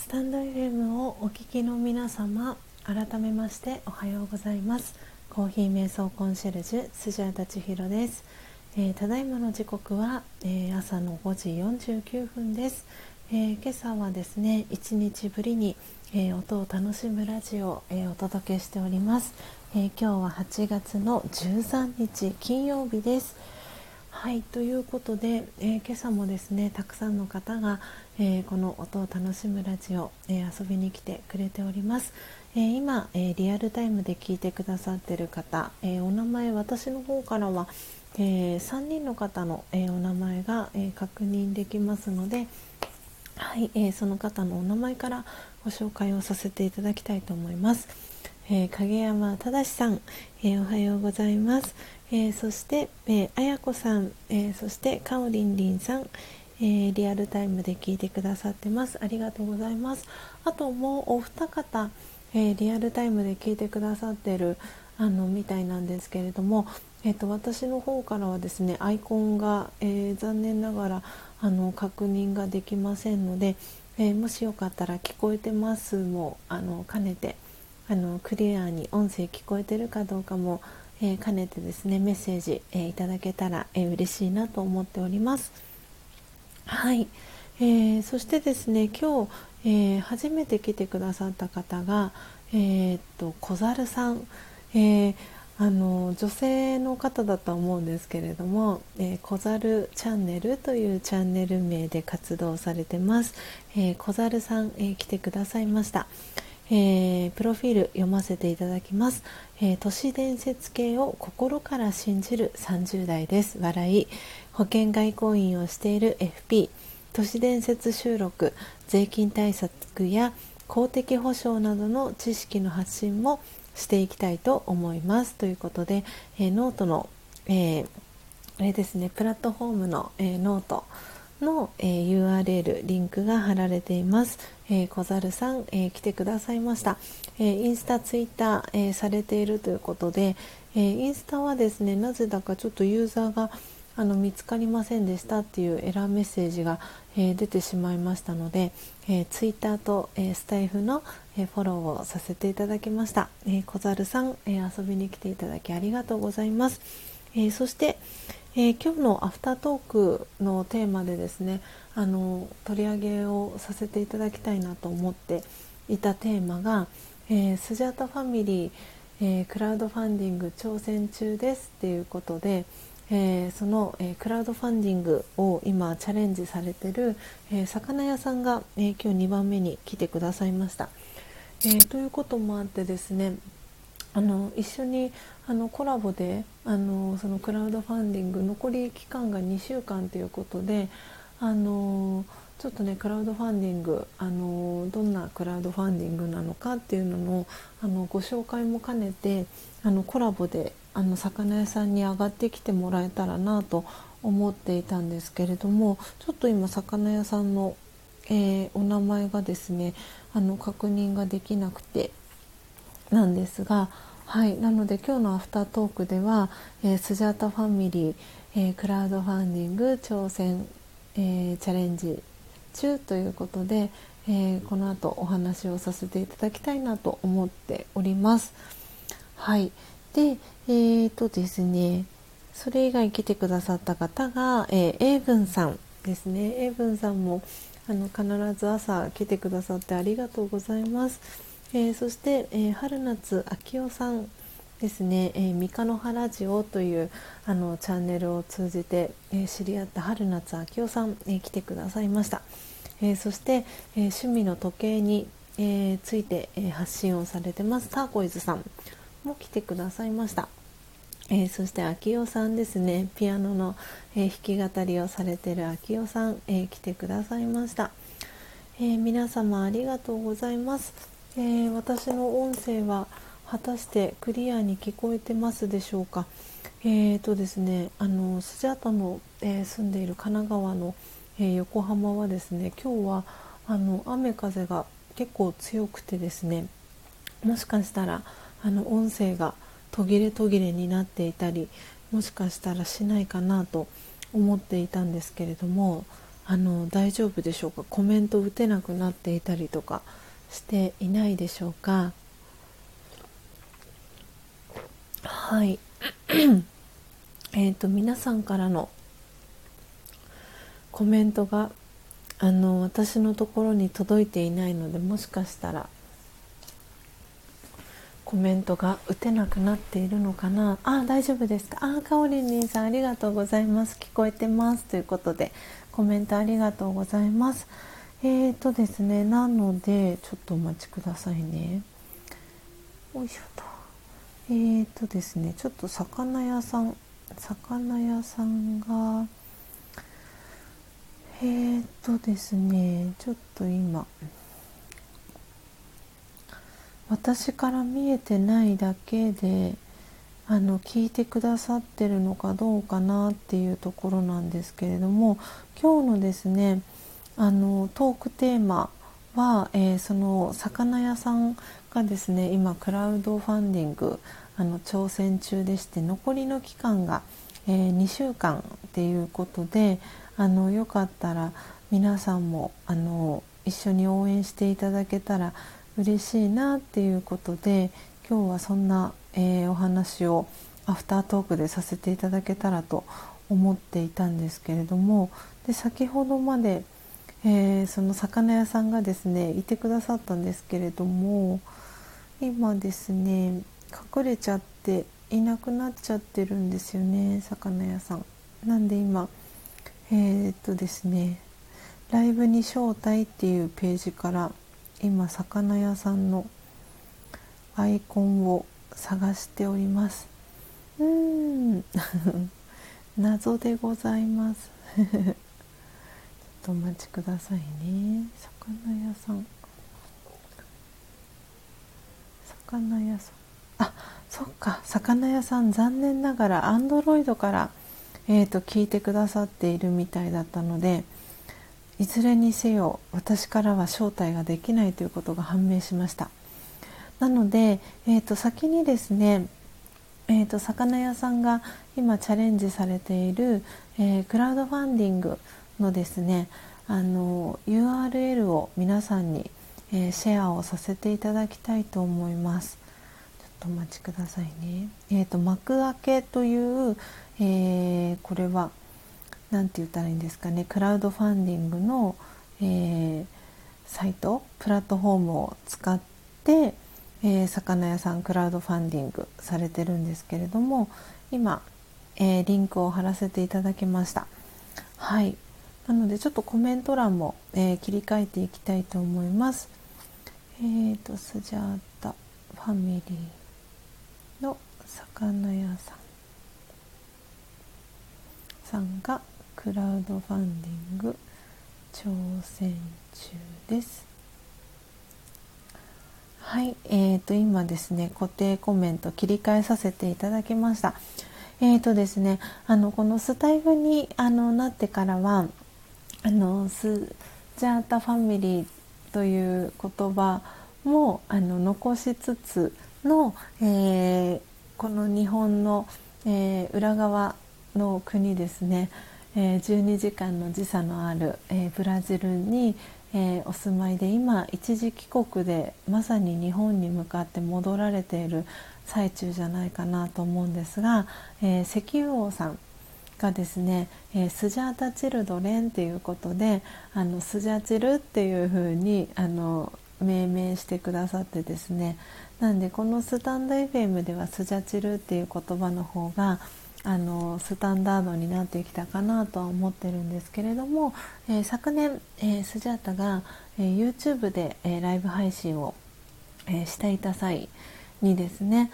スタンド FM をお聞きの皆様、改めましておはようございます。コーヒー瞑想コンシェルジュスジャータ千尋です。ただいまの時刻は、朝の5時49分です。今朝はですね、1日ぶりに、音を楽しむラジオを、お届けしております。今日は8月の13日金曜日です。はい、ということで、今朝もですね、たくさんの方が、この音を楽しむラジオ、遊びに来てくれております。今、リアルタイムで聞いてくださっている方、お名前、私の方からは、3人の方の、お名前が、確認できますので、はい、その方のお名前からご紹介をさせていただきたいと思います。影山正さん、おはようございます。そして、あやこさん、そしてかおりんりんさん、リアルタイムで聞いてくださってます。ありがとうございます。あともうお二方、リアルタイムで聞いてくださっているみたいなんですけれども、私の方からはですね、アイコンが、残念ながら確認ができませんので、もしよかったら聞こえてますも兼ねてクリアに音声聞こえてるかどうかも、兼ねてですね、メッセージ、いただけたら、嬉しいなと思っております。はい、そしてですね、今日、初めて来てくださった方が、小猿さん、女性の方だと思うんですけれども、小猿チャンネルというチャンネル名で活動されてます。小猿さん、来てくださいました。プロフィール読ませていただきます。都市伝説系を心から信じる30代です。笑い。保険外交員をしている FP。都市伝説収録、税金対策や公的保障などの知識の発信もしていきたいと思いますということで、ノートの、あれですね、プラットフォームの、ノートの、URL リンクが貼られています。小猿さん、来てくださいました。インスタ、ツイッター、されているということで、インスタはですね、なぜだかちょっとユーザーが見つかりませんでしたっていうエラーメッセージが、出てしまいましたので、ツイッターと、スタイフの、フォローをさせていただきました。小猿さん、遊びに来ていただきありがとうございます。そして、今日のアフタートークのテーマでですね、取り上げをさせていただきたいなと思っていたテーマが、スジャータファミリー、クラウドファンディング挑戦中ですっていうことで、その、クラウドファンディングを今チャレンジされている、魚屋さんが、今日2番目に来てくださいました。ということもあってですね、一緒にコラボでそのクラウドファンディング残り期間が2週間ということで、ちょっとね、クラウドファンディングどんなクラウドファンディングなのかっていうののご紹介も兼ねてコラボで魚屋さんに上がってきてもらえたらなと思っていたんですけれども、ちょっと今魚屋さんの、お名前がですね確認ができなくてなんですが、はい、なので今日のアフタートークでは、スジャータファミリー、クラウドファンディング挑戦、チャレンジ中ということで、この後お話をさせていただきたいなと思っております。はい、で、ですね、それ以外来てくださった方が、英文さんですね。英文さんも必ず朝来てくださってありがとうございます。そして、春夏秋代さんですね、三日の原ジオというチャンネルを通じて、知り合った春夏秋代さん、来てくださいました。そして、趣味の時計に、ついて、発信をされてますターコイズさんも来てくださいました。そして秋代さんですね、ピアノの、弾き語りをされている秋代さん、来てくださいました。皆様ありがとうございます。私の音声は果たしてクリアに聞こえてますでしょうか。ですね、スジャータの、住んでいる神奈川の、横浜はですね、今日は雨風が結構強くてですね、もしかしたら音声が途切れ途切れになっていたり、もしかしたらしないかなと思っていたんですけれども、 大丈夫でしょうか。コメント打てなくなっていたりとかしていないでしょうか。はい。皆さんからのコメントが私のところに届いていないので、もしかしたらコメントが打てなくなっているのかな。大丈夫ですか。かおりんりんさん、ありがとうございます。聞こえてますということで、コメントありがとうございます。ですね、なのでちょっとお待ちくださいね。よいしょと。ですね、ちょっと魚屋さんがですね、ちょっと今私から見えてないだけで聞いてくださってるのかどうかなっていうところなんですけれども、今日のですねトークテーマは、その魚屋さんがですね、今クラウドファンディング挑戦中でして、残りの期間が、2週間っていうことで、よかったら皆さんも一緒に応援していただけたら嬉しいなっていうことで、今日はそんな、お話をアフタートークでさせていただけたらと思っていたんですけれども、で先ほどまで、その魚屋さんがですねいてくださったんですけれども、今ですね隠れちゃっていなくなっちゃってるんですよね、魚屋さん。なんで今ですね、ライブに招待っていうページから今魚屋さんのアイコンを探しております。謎でございますちょっとお待ちくださいね。魚屋さんそっか、魚屋さん残念ながら Android から、聞いてくださっているみたいだったので、いずれにせよ私からは招待ができないということが判明しました。なので、先にですね、魚屋さんが今チャレンジされている、クラウドファンディングのですねURL を皆さんに、シェアをさせていただきたいと思います。ちょっとお待ちくださいね。幕開けという、これはなんて言ったらいいんですかね、クラウドファンディングの、サイトプラットフォームを使って、魚屋さんクラウドファンディングされてるんですけれども、今、リンクを貼らせていただきました。はい、なのでちょっとコメント欄も、切り替えていきたいと思います。スジャータファミリーの魚屋さんがクラウドファンディング挑戦中です。はい、今ですね固定コメント切り替えさせていただきました。ですね、このスタイフになってからはスジャータファミリーという言葉も残しつつの、この日本の、裏側の国ですね、12時間の時差のある、ブラジルに、お住まいで、今一時帰国でまさに日本に向かって戻られている最中じゃないかなと思うんですが、石油王さんがですね、スジャータチルドレンということでスジャチルっていう風に命名してくださってですね、なんでこのスタンド FM ではスジャチルっていう言葉の方がスタンダードになってきたかなとは思ってるんですけれども、昨年、スジャータが、YouTube で、ライブ配信を、していた際にですね、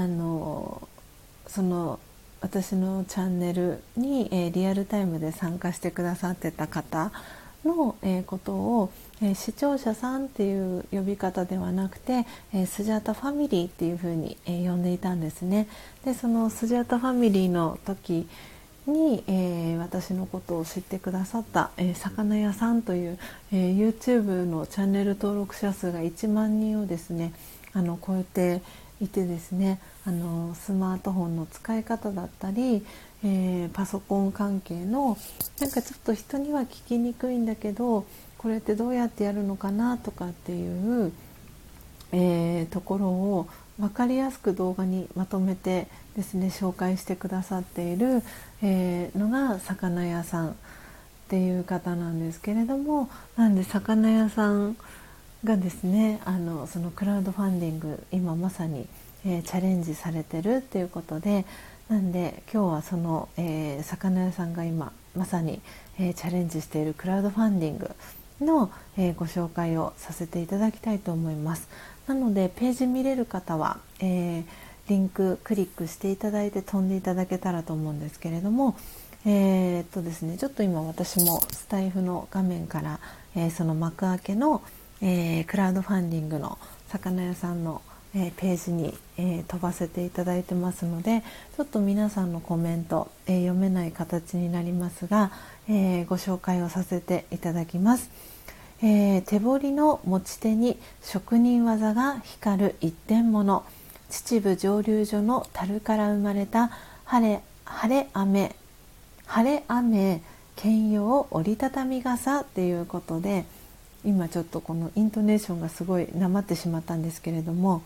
その私のチャンネルに、リアルタイムで参加してくださってた方の、ことを、視聴者さんっていう呼び方ではなくて、スジャータファミリーっていう風に、呼んでいたんですね。でそのスジャータファミリーの時に、私のことを知ってくださった、魚屋さんという、YouTube のチャンネル登録者数が1万人をですね超えていてですね、スマートフォンの使い方だったり、パソコン関係のなんかちょっと人には聞きにくいんだけどこれってどうやってやるのかなとかっていう、ところを分かりやすく動画にまとめてですね紹介してくださっている、のが魚屋さんっていう方なんですけれども、なんで魚屋さんがですねそのクラウドファンディング今まさに、チャレンジされてるっていうことで、なんで今日はその、魚屋さんが今まさに、チャレンジしているクラウドファンディングの、ご紹介をさせていただきたいと思います。なのでページ見れる方は、リンククリックしていただいて飛んでいただけたらと思うんですけれども、ですね、ちょっと今私もスタイフの画面から、その幕開けの、クラウドファンディングの魚屋さんの、ページに、飛ばせていただいてますので、ちょっと皆さんのコメント、読めない形になりますが、ご紹介をさせていただきます。手彫りの持ち手に職人技が光る一点物、秩父蒸留所の樽から生まれた晴れ雨兼用折りたたみ傘っていうことで、今ちょっとこのイントネーションがすごいなまってしまったんですけれども、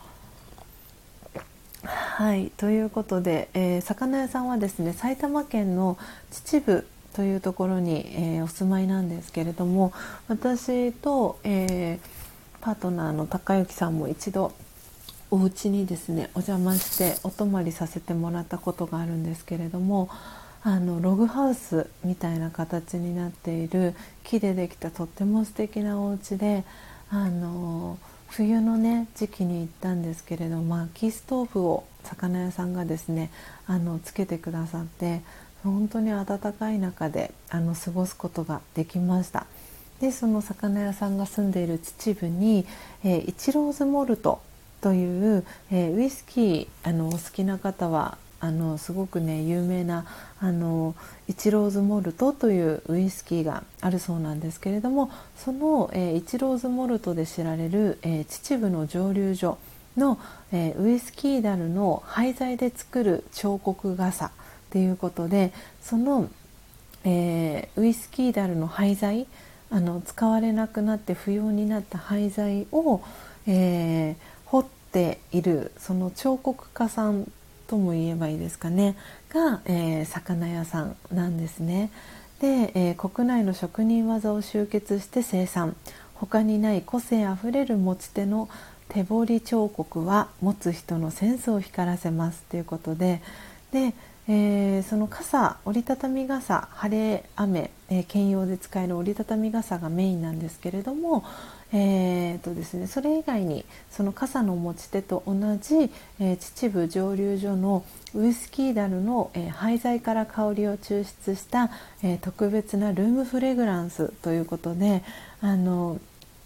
はいということで、魚屋さんはですね埼玉県の秩父というところに、お住まいなんですけれども、私と、パートナーの高之さんも一度お家にですねお邪魔してお泊まりさせてもらったことがあるんですけれども、ログハウスみたいな形になっている木でできたとっても素敵なお家で、冬のね時期に行ったんですけれども、薪ストーブを魚屋さんがですねつけてくださって、本当に暖かい中で過ごすことができました。でその魚屋さんが住んでいる秩父に、イチローズモルトという、ウイスキーお好きな方はすごくね有名なイチローズモルトというウイスキーがあるそうなんですけれども、その、イチローズモルトで知られる、秩父の蒸留所の、ウイスキー樽の廃材で作る彫刻傘ということで、その、ウイスキー樽の廃材使われなくなって不要になった廃材を、彫っているその彫刻家さんとも言えばいいですかねが、魚屋さんなんですね。で、国内の職人技を集結して生産、他にない個性あふれる持ち手の手彫り彫刻は持つ人のセンスを光らせますということで、その傘、折りたたみ傘、晴れ雨、兼用で使える折りたたみ傘がメインなんですけれども、ですね、それ以外にその傘の持ち手と同じ、秩父蒸留所のウイスキー樽の、廃材から香りを抽出した、特別なルームフレグランスということで、ルー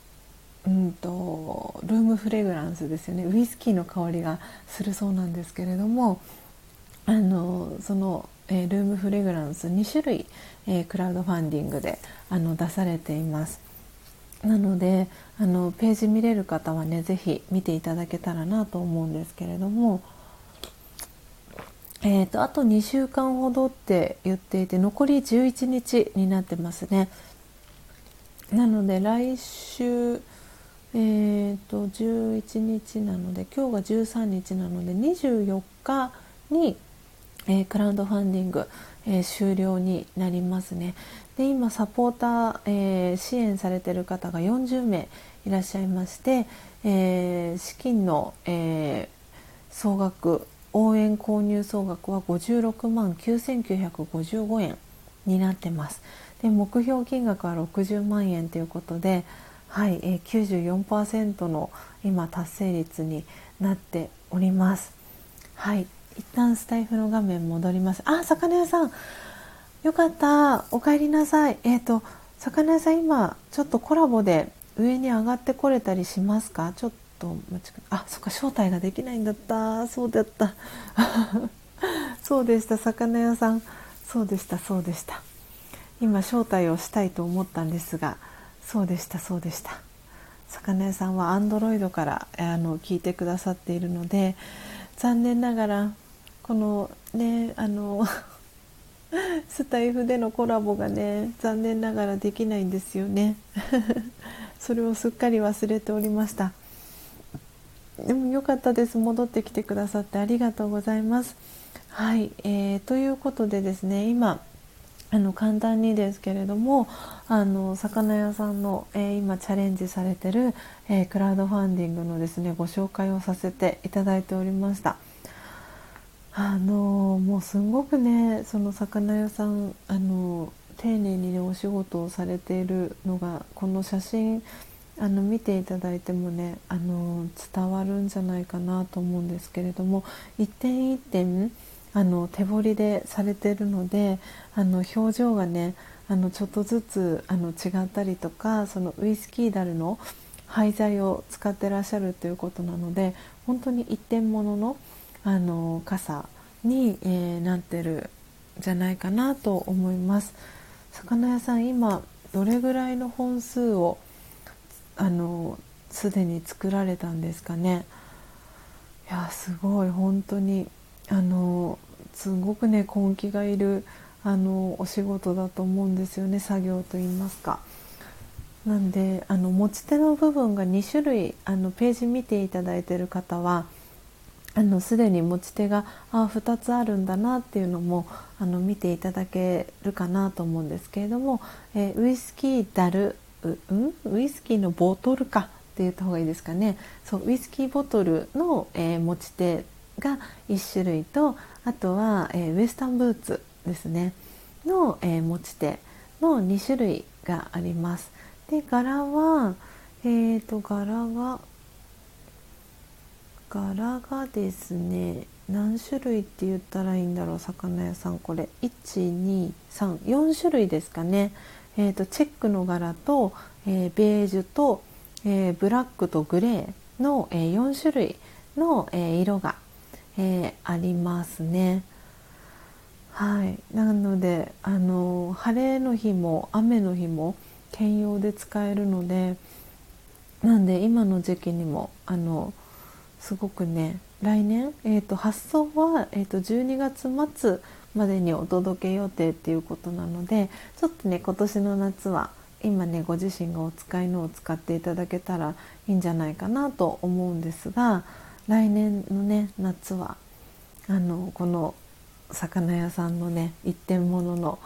ムフレグランスですよね。ウイスキーの香りがするそうなんですけれども、その、ルームフレグランス2種類、クラウドファンディングで出されています。なのでページ見れる方はねぜひ見ていただけたらなと思うんですけれども、あと2週間ほどって言っていて残り11日になってますね。なので来週11日なので今日が13日なので24日にクラウドファンディング、終了になりますね。で今サポーター、支援されている方が40名いらっしゃいまして、資金の、総額応援購入総額は56万9955円になってます。で目標金額は60万円ということで、はい、94% の今達成率になっております。はい、一旦スタイフの画面戻ります。魚屋さんよかった、お帰りなさい。魚屋さん今ちょっとコラボで上に上がってこれたりしますか？ちょっとそっか、招待ができないんだった。そうだったそうでした、魚屋さん、そうでした今招待をしたいと思ったんですが、そうでした魚屋さんは Android から聞いてくださっているので、残念ながらこのねスタイフでのコラボがね、残念ながらできないんですよねそれをすっかり忘れておりました。でも良かったです。戻ってきてくださってありがとうございます。はい、ということでですね、今簡単にですけれども、魚屋さんの、今チャレンジされてる、クラウドファンディングのですねご紹介をさせていただいておりました。もうすごくね、その魚屋さん丁寧にねお仕事をされているのが、この写真見ていただいてもね伝わるんじゃないかなと思うんですけれども、一点一点手彫りでされているので、表情がねちょっとずつ違ったりとか、そのウイスキー樽の廃材を使ってらっしゃるということなので、本当に一点物の傘に、なってるんじゃないかなと思います。魚屋さん、今どれぐらいの本数をすでに作られたんですかね。いやすごい、本当にすごくね根気がいるお仕事だと思うんですよね、作業といいますか。なんで持ち手の部分が2種類ページ見ていただいている方はすでに持ち手が2つあるんだなっていうのも見ていただけるかなと思うんですけれども、ウイスキーダルウイスキーのボトルかって言った方がいいですかね。そうウイスキーボトルの、持ち手が1種類と、あとは、ウエスタンブーツですねの、持ち手の2種類があります。で柄は、柄がですね、何種類って言ったらいいんだろう、魚屋さん。これ123、4種類ですかね。チェックの柄と、ベージュと、ブラックとグレーの、4種類の、色が、ありますね。はい、なので晴れの日も雨の日も兼用で使えるので、なんで今の時期にもすごくね、来年、発送は、12月末までにお届け予定っていうことなので、ちょっとね今年の夏は今ねご自身がお使いのを使っていただけたらいいんじゃないかなと思うんですが、来年のね夏はこの魚屋さんのね一点物の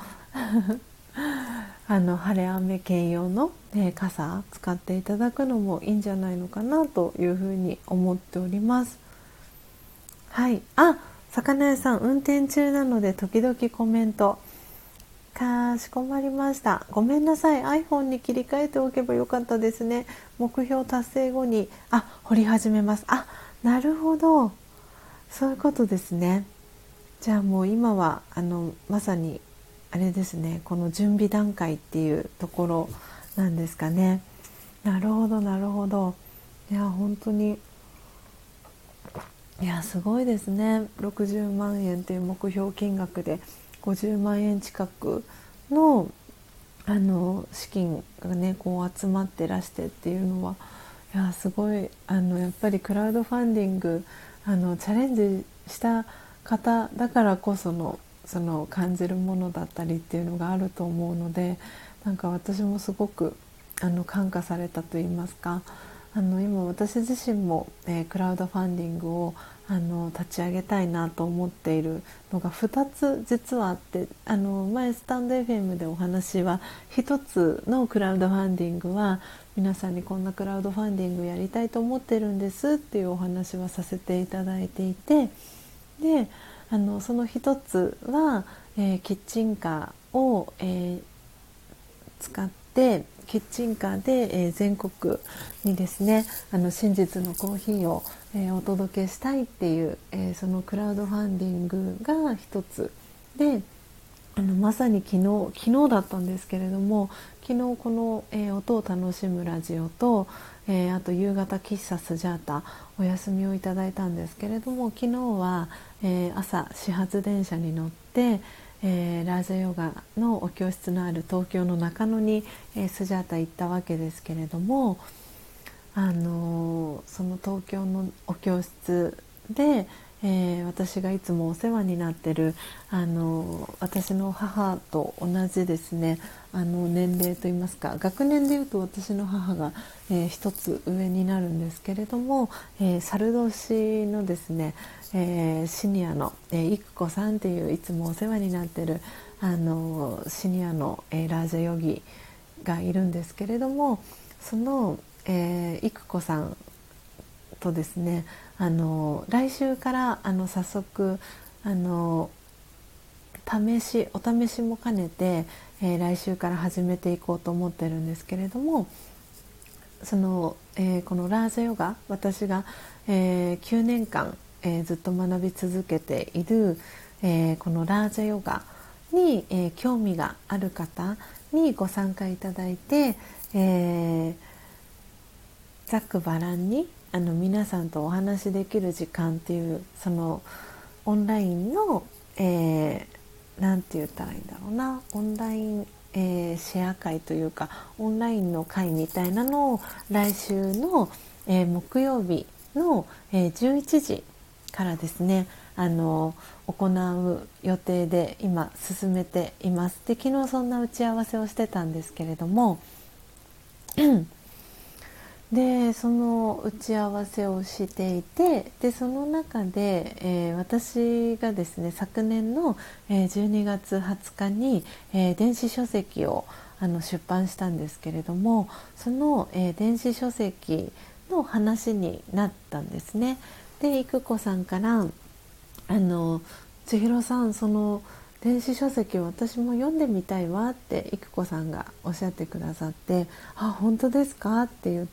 晴れ雨兼用の、傘使っていただくのもいいんじゃないのかなというふうに思っております。はい、魚屋さん運転中なので時々コメント。かしこまりました。ごめんなさい、 iPhone に切り替えておけばよかったですね。目標達成後に掘り始めます。なるほど、そういうことですね。じゃあもう今はまさにあれですね、この準備段階っていうところなんですかね。なるほどなるほど。いや本当に、いやすごいですね。60万円という目標金額で50万円近くの資金がねこう集まってらしてっていうのは、いやすごいやっぱりクラウドファンディングチャレンジした方だからこそのその感じるものだったりっていうのがあると思うので、なんか私もすごく感化されたと言いますか、今私自身も、クラウドファンディングを立ち上げたいなと思っているのが2つ実はあって、前スタンド FM でお話は1つのクラウドファンディングは皆さんにこんなクラウドファンディングやりたいと思ってるんですっていうお話はさせていただいていて、でその1つは、キッチンカーを、使ってキッチンカーで、全国にですね真実のコーヒーを、お届けしたいっていう、そのクラウドファンディングが一つで、まさに昨日だったんですけれども、昨日この、音を楽しむラジオと、あと夕方喫茶スジャータお休みをいただいたんですけれども、昨日は、朝始発電車に乗って、ラージャヨガのお教室のある東京の中野に、スジャータ行ったわけですけれども、 その東京のお教室で、私がいつもお世話になってる私の母と同じですね、年齢といいますか、学年でいうと私の母が、一つ上になるんですけれども、猿年のですね、シニアの、育子さんっていういつもお世話になってるシニアの、ラージャヨギがいるんですけれども、その、育子さんとですね、来週から早速お試しも兼ねて、来週から始めていこうと思ってるんですけれども、このラージャヨガ、私が、9年間、ずっと学び続けている、このラージャヨガに、興味がある方にご参加いただいて、ざっくばらんに皆さんとお話しできる時間っていう、そのオンラインの、なんて言ったらいいんだろうな、オンライン、シェア会というかオンラインの会みたいなのを来週の、木曜日の、11時からですね行う予定で今進めています。で、昨日そんな打ち合わせをしてたんですけれどもでその打ち合わせをしていて、でその中で、私がですね昨年の、12月20日に、電子書籍を出版したんですけれども、その、電子書籍の話になったんですね。で、育子さんから千尋さん、その電子書籍を私も読んでみたいわって育子さんがおっしゃってくださって、あ、本当ですかって言って、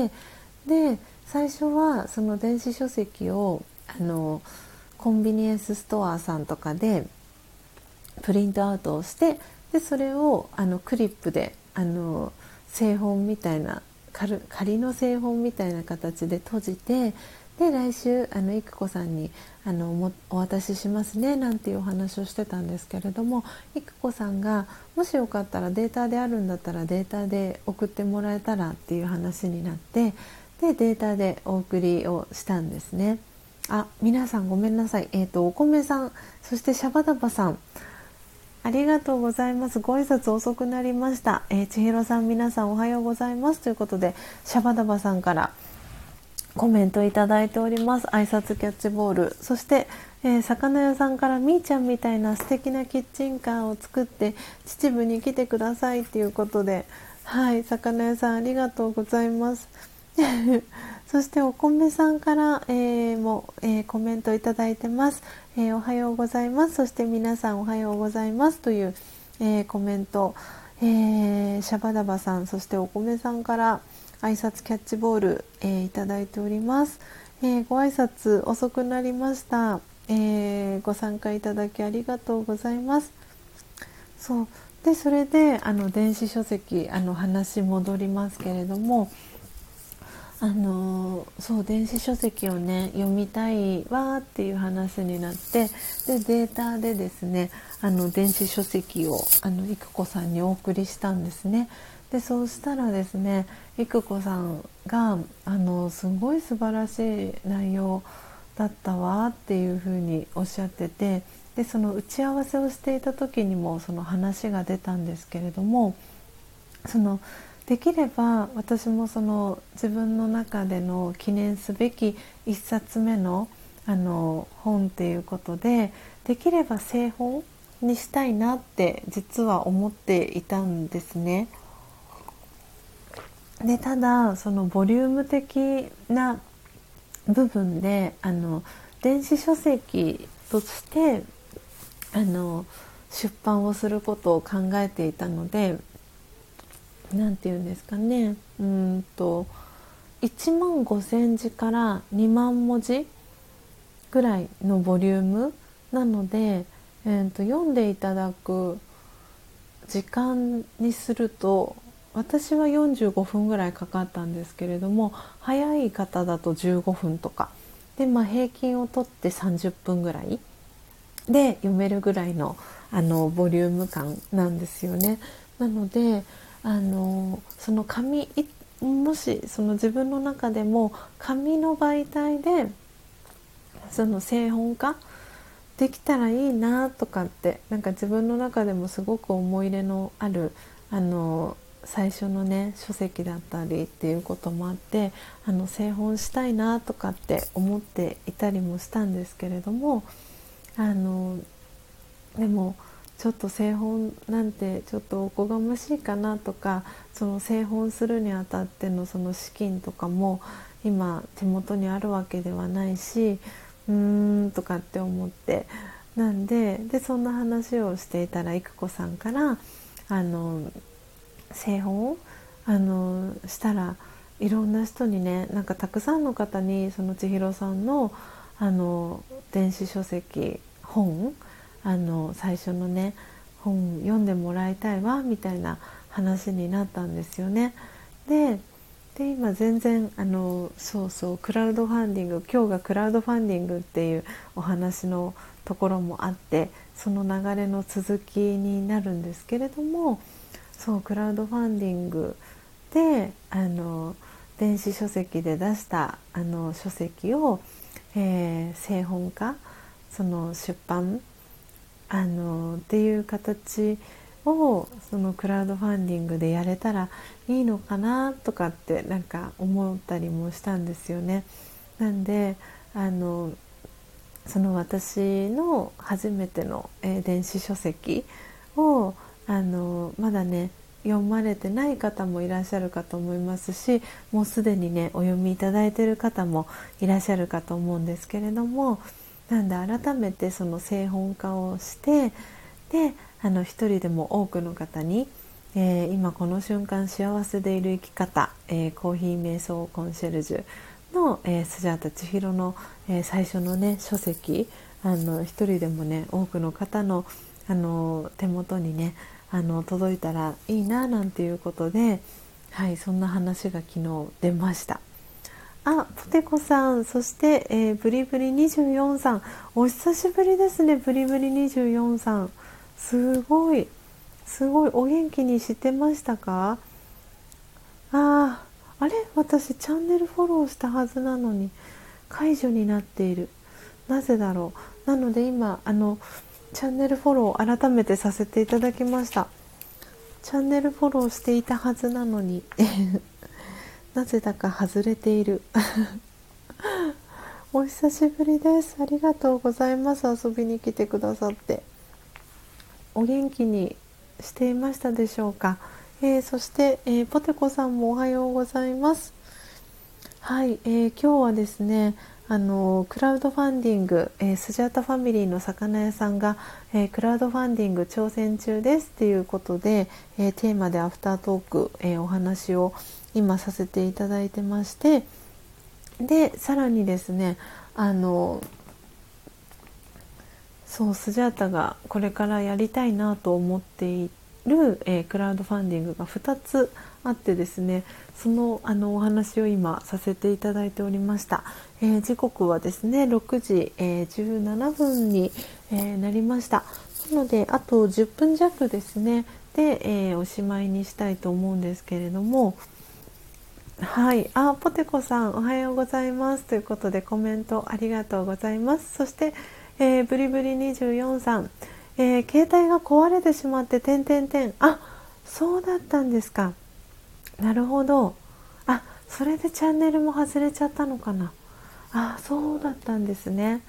で最初はその電子書籍をコンビニエンスストアさんとかでプリントアウトをして、でそれをクリップで製本みたいな仮の製本みたいな形で閉じて、で来週育子さんにお渡ししますねなんていうお話をしてたんですけれども、育子さんがもしよかったらデータであるんだったらデータで送ってもらえたらっていう話になって、でデータでお送りをしたんですね。あ、皆さんごめんなさい、お米さん、そしてシャバダバさん、ありがとうございます。ご挨拶遅くなりました。千尋さん、皆さんおはようございますということで、シャバダバさんからコメントいただいております。挨拶キャッチボール、そして、魚屋さんからみーちゃんみたいな素敵なキッチンカーを作って秩父に来てくださいということで、はい、魚屋さんありがとうございます。そしてお米さんから、も、コメントいただいてます。おはようございます。そして皆さんおはようございますという、コメント、シャバダバさん、そしてお米さんから挨拶キャッチボール、いただいております。ご挨拶遅くなりました。ご参加いただきありがとうございます。そうで、それで電子書籍話戻りますけれども、そう電子書籍をね読みたいわっていう話になって、でデータでですね電子書籍を育子さんにお送りしたんですね。でそうしたらですね、育子さんがすごい素晴らしい内容だったわっていうふうにおっしゃってて、でその打ち合わせをしていた時にもその話が出たんですけれども、できれば私も自分の中での記念すべき一冊目の本っていうことで、できれば製本にしたいなって実は思っていたんですね。でただそのボリューム的な部分で電子書籍として出版をすることを考えていたので、なんていうんですかね、1万5,000字から2万文字ぐらいのボリュームなので、読んでいただく時間にすると、私は45分ぐらいかかったんですけれども、早い方だと15分とかで、平均をとって30分ぐらいで読めるぐらいのボリューム感なんですよね。なのでその紙もしその自分の中でも紙の媒体でその製本化できたらいいなとかって、なんか自分の中でもすごく思い入れのある最初のね書籍だったりっていうこともあって、製本したいなとかって思っていたりもしたんですけれども、でもちょっと製本なんてちょっとおこがましいかなとか、その製本するにあたってのその資金とかも今手元にあるわけではないし、とかって思って、なんでそんな話をしていたら育子さんから製本をしたらいろんな人にね、なんかたくさんの方にその千尋さんの電子書籍本最初のね本読んでもらいたいわみたいな話になったんですよね。で今全然そうクラウドファンディング、今日がクラウドファンディングっていうお話のところもあって、その流れの続きになるんですけれども、そうクラウドファンディングで電子書籍で出した書籍を、製本化、その出版っていう形をそのクラウドファンディングでやれたらいいのかなとかってなんか思ったりもしたんですよね。なんでその私の初めての、電子書籍をまだね読まれてない方もいらっしゃるかと思いますし、もうすでにねお読みいただいている方もいらっしゃるかと思うんですけれども、なんで改めてその製本化をして、で一人でも多くの方に、今この瞬間幸せでいる生き方、コーヒー瞑想コンシェルジュの、スジャータ千尋の、最初のね書籍、一人でもね多くの方の、手元にね届いたらいいななんていうことで、はい、そんな話が昨日出ました。ポテコさん、そして、ブリブリ24さん、お久しぶりですね。ブリブリ24さん、すごいお元気にしてましたか？あれ、私チャンネルフォローしたはずなのに解除になっている。なぜだろう。なので今チャンネルフォロー改めてさせていただきました。チャンネルフォローしていたはずなのになぜだか外れているお久しぶりです。ありがとうございます。遊びに来てくださって。お元気にしていましたでしょうか？そして、ポテコさんもおはようございます。はい、今日はですねクラウドファンディング、スジャータファミリーの魚屋さんが、クラウドファンディング挑戦中ですっていうことで、テーマでアフタートーク、お話を今させていただいてまして、でさらにですねそうスジャータがこれからやりたいなと思っている、クラウドファンディングが2つあってですね、その、お話を今させていただいておりました。時刻はですね6時、17分に、なりました。なのであと10分弱ですねで、おしまいにしたいと思うんですけれども、はい、ポテコさんおはようございますということでコメントありがとうございます。そして、ブリブリ24さん、携帯が壊れてしまってそうだったんですか。なるほど。それでチャンネルも外れちゃったのかな。そうだったんですね。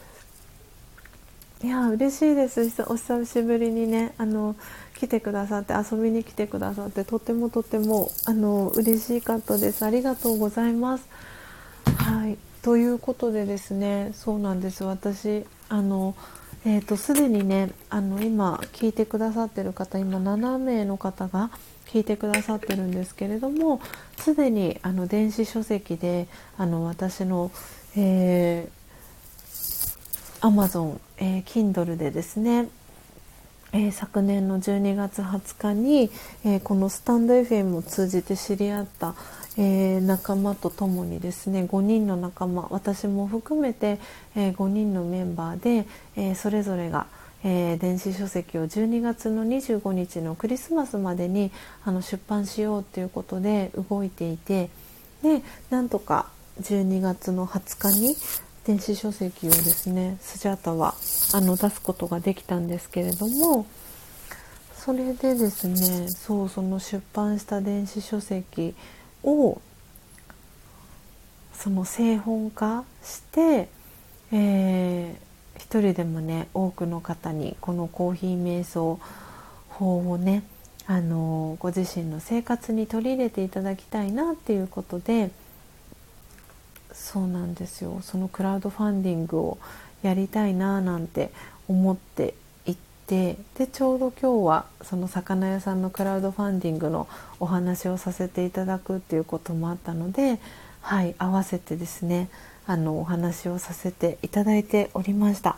いや嬉しいです。お久しぶりにね来てくださって、遊びに来てくださって、とても嬉しかったです。ありがとうございます。はい、ということでですね、そうなんです。私すでにね今聞いてくださってる方、今7名の方が聞いてくださってるんですけれども、すでに電子書籍で私の、Amazon、Kindle でですね、昨年の12月20日に、このスタンド FM を通じて知り合った、仲間とともにですね、5人の仲間、私も含めて、5人のメンバーで、それぞれが、 電子書籍を12月の25日のクリスマスまでに出版しようということで動いていて、でなんとか12月の20日に電子書籍をですねスジャータは出すことができたんですけれども、それでですね、その出版した電子書籍をその製本化して、一人でもね多くの方にこのコーヒー瞑想法をねご自身の生活に取り入れていただきたいなっていうことで、そうなんですよ、そのクラウドファンディングをやりたいななんて思っていて、でちょうど今日はその魚屋さんのクラウドファンディングのお話をさせていただくっていうこともあったので、はい、合わせてですねお話をさせていただいておりました。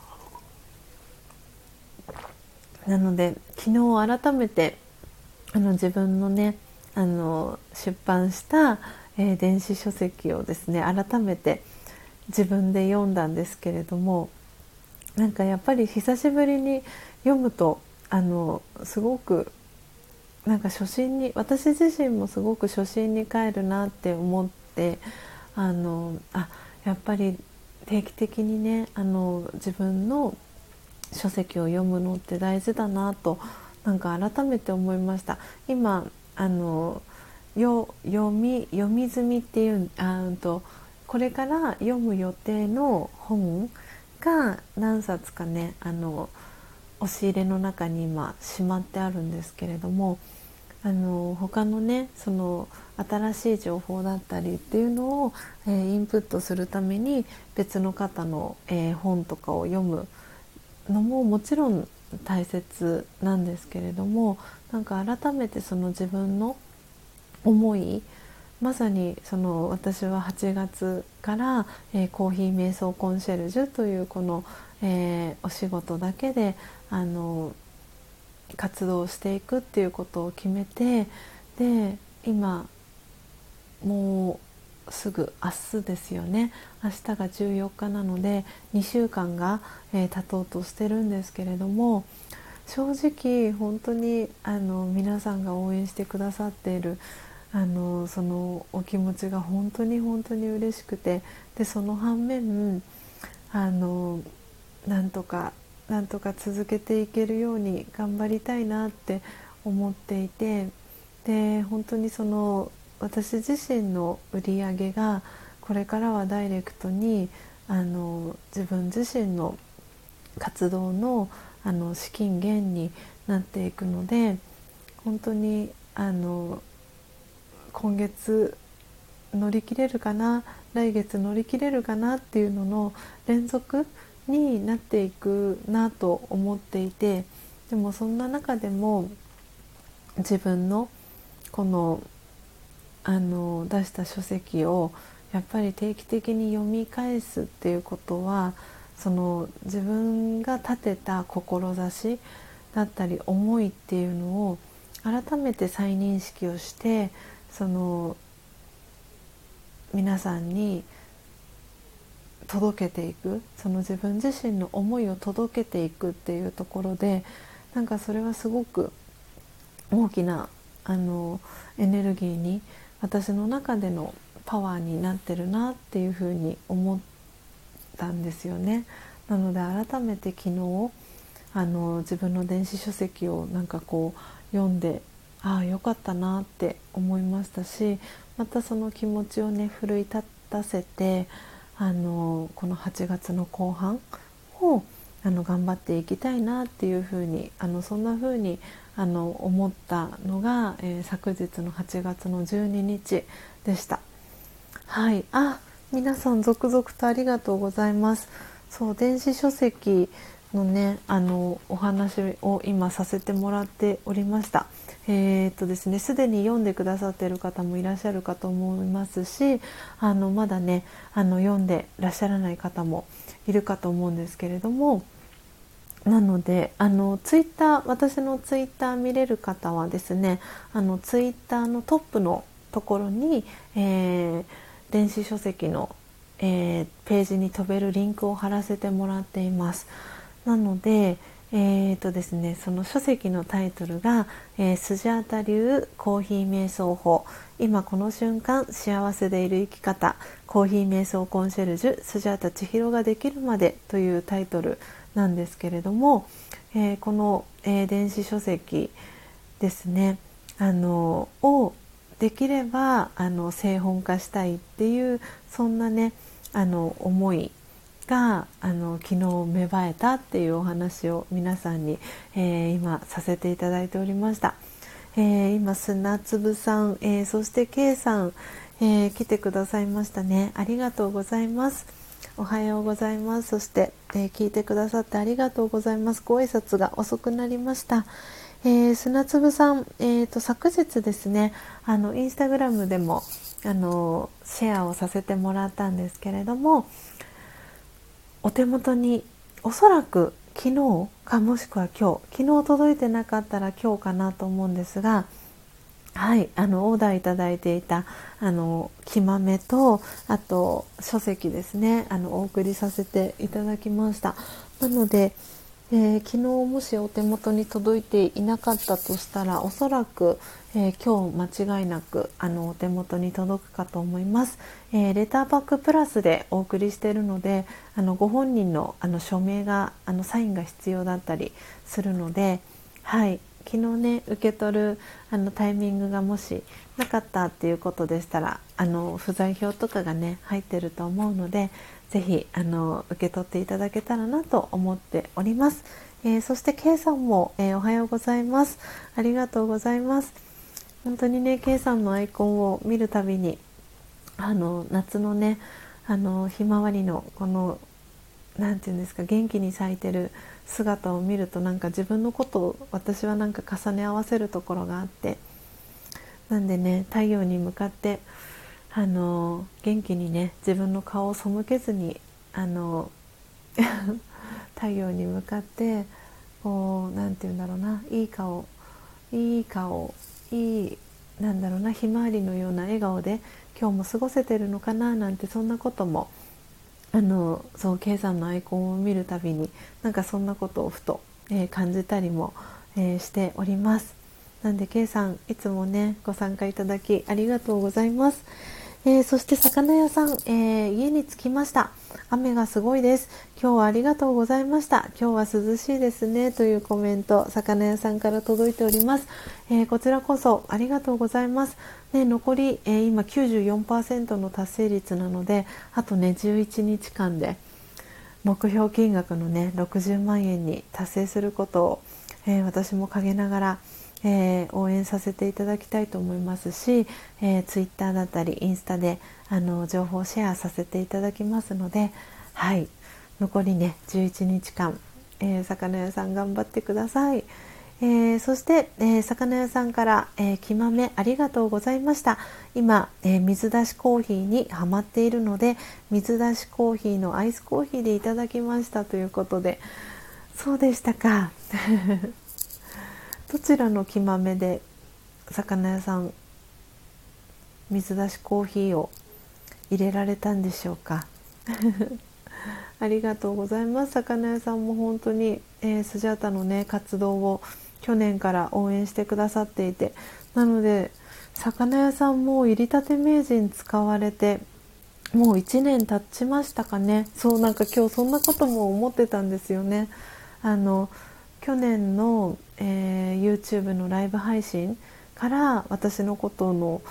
なので昨日改めて自分のね出版した、電子書籍をですね改めて自分で読んだんですけれども、なんかやっぱり久しぶりに読むとすごくなんか私自身もすごく初心に帰るなって思って、やっぱり定期的にね自分の書籍を読むのって大事だなとなんか改めて思いました。今読み済みっていうこれから読む予定の本が何冊かね押し入れの中に今しまってあるんですけれども、他のねその新しい情報だったりっていうのを、インプットするために別の方の、本とかを読むのももちろん大切なんですけれども、なんか改めてその自分の思い、まさにその私は8月から、コーヒー瞑想コンシェルジュというこの、お仕事だけで活動していくっていうことを決めて、で今もうすぐ明日ですよね、明日が14日なので2週間が、経とうとしてるんですけれども、正直本当に皆さんが応援してくださっているそのお気持ちが本当に本当に嬉しくて、でその反面なんとか続けていけるように頑張りたいなって思っていて、で本当にその私自身の売り上げがこれからはダイレクトに自分自身の活動の資金源になっていくので、本当に今月乗り切れるかな、来月乗り切れるかなっていうのの連続になっていくなと思っていて、でもそんな中でも自分のこの出した書籍をやっぱり定期的に読み返すっていうことは、その自分が立てた志だったり思いっていうのを改めて再認識をして、その皆さんに届けていく、その自分自身の思いを届けていくっていうところで、なんかそれはすごく大きなエネルギーに、私の中でのパワーになってるなっていうふうに思ったんですよね。なので改めて昨日自分の電子書籍をなんかこう読んで、ああよかったなって思いましたし、またその気持ちをね奮い立たせてこの8月の後半を頑張っていきたいなっていうふうにそんなふうに思ったのが、昨日の8月の12日でした。はい、皆さん続々とありがとうございます。そう、電子書籍のねお話を今させてもらっておりました。ですね、すでに読んでくださっている方もいらっしゃるかと思いますし、まだね読んでらっしゃらない方もいるかと思うんですけれども、なのでツイッター、私のツイッター見れる方はですね、ツイッターのトップのところに、電子書籍の、ページに飛べるリンクを貼らせてもらっています。 なので、ですね、その書籍のタイトルが、スジャータ流コーヒー瞑想法、今この瞬間幸せでいる生き方、コーヒー瞑想コンシェルジュスジャータ千尋ができるまでというタイトルなんですけれども、この、電子書籍ですね、をできれば製本化したいっていう、そんなね思いが昨日芽生えたっていうお話を皆さんに、今させていただいておりました。今砂粒さん、そして K さん、来てくださいましたね。ありがとうございます。おはようございます。そして、聞いてくださってありがとうございます。ご挨拶が遅くなりました。砂粒さん、昨日ですね、インスタグラムでもシェアをさせてもらったんですけれども、お手元におそらく昨日かもしくは今日、昨日届いてなかったら今日かなと思うんですが、はい、オーダーいただいていた木豆と、あと書籍ですね、お送りさせていただきました。なので、昨日もしお手元に届いていなかったとしたら、おそらく、今日間違いなくお手元に届くかと思います。レターパックプラスでお送りしているので、ご本人の署名がサインが必要だったりするので、はい、昨日ね受け取るタイミングがもしなかったっていうことでしたら、不在票とかがね入ってると思うので、ぜひ受け取っていただけたらなと思っております。そして K さんも、おはようございます。ありがとうございます。本当にね K さんのアイコンを見るたびに夏のねひまわりのこのなんていうんですか、元気に咲いてる姿を見ると、なんか自分のことを私はなんか重ね合わせるところがあって、なんでね太陽に向かって元気にね自分の顔を背けずに太陽に向かってこうなんていうんだろうな、いい顔いいなんだろうな、ひまわりのような笑顔で今日も過ごせてるのかななんて、そんなこともそう K さんのアイコンを見るたびになんかそんなことをふと、感じたりも、しております。なんで K さんいつもねご参加いただきありがとうございます。そして魚屋さん、家に着きました。雨がすごいです。今日はありがとうございました。今日は涼しいですねというコメント、魚屋さんから届いております。こちらこそありがとうございます。ね、残り、今 94% の達成率なので、あとね11日間で目標金額のね60万円に達成することを、私も陰ながら応援させていただきたいと思いますし、ツイッターだったりインスタで情報シェアさせていただきますので、はい、残りね11日間、魚屋さん頑張ってください。そして、魚屋さんから、木豆ありがとうございました。今、水出しコーヒーにハマっているので、水出しコーヒーのアイスコーヒーでいただきましたということで、そうでしたか。どちらの木豆で魚屋さん水出しコーヒーを入れられたんでしょうか。ありがとうございます。魚屋さんも本当に、スジャータのね活動を去年から応援してくださっていて、なので魚屋さんも入りたて名人使われてもう1年経ちましたかね。そう、なんか今日そんなことも思ってたんですよね。去年の、YouTube のライブ配信から私のことを、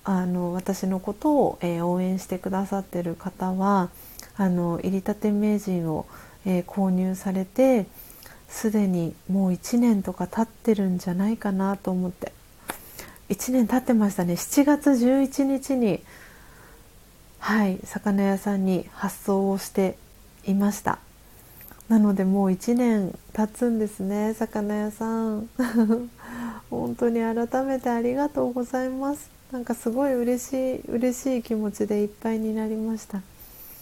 応援してくださってる方は入りたて名人を、購入されてすでにもう1年とか経ってるんじゃないかなと思って、1年経ってましたね。7月11日にはい、魚屋さんに発送をしていました。なのでもう1年経つんですね、魚屋さん。本当に改めてありがとうございます。なんかすごい嬉しい気持ちでいっぱいになりました。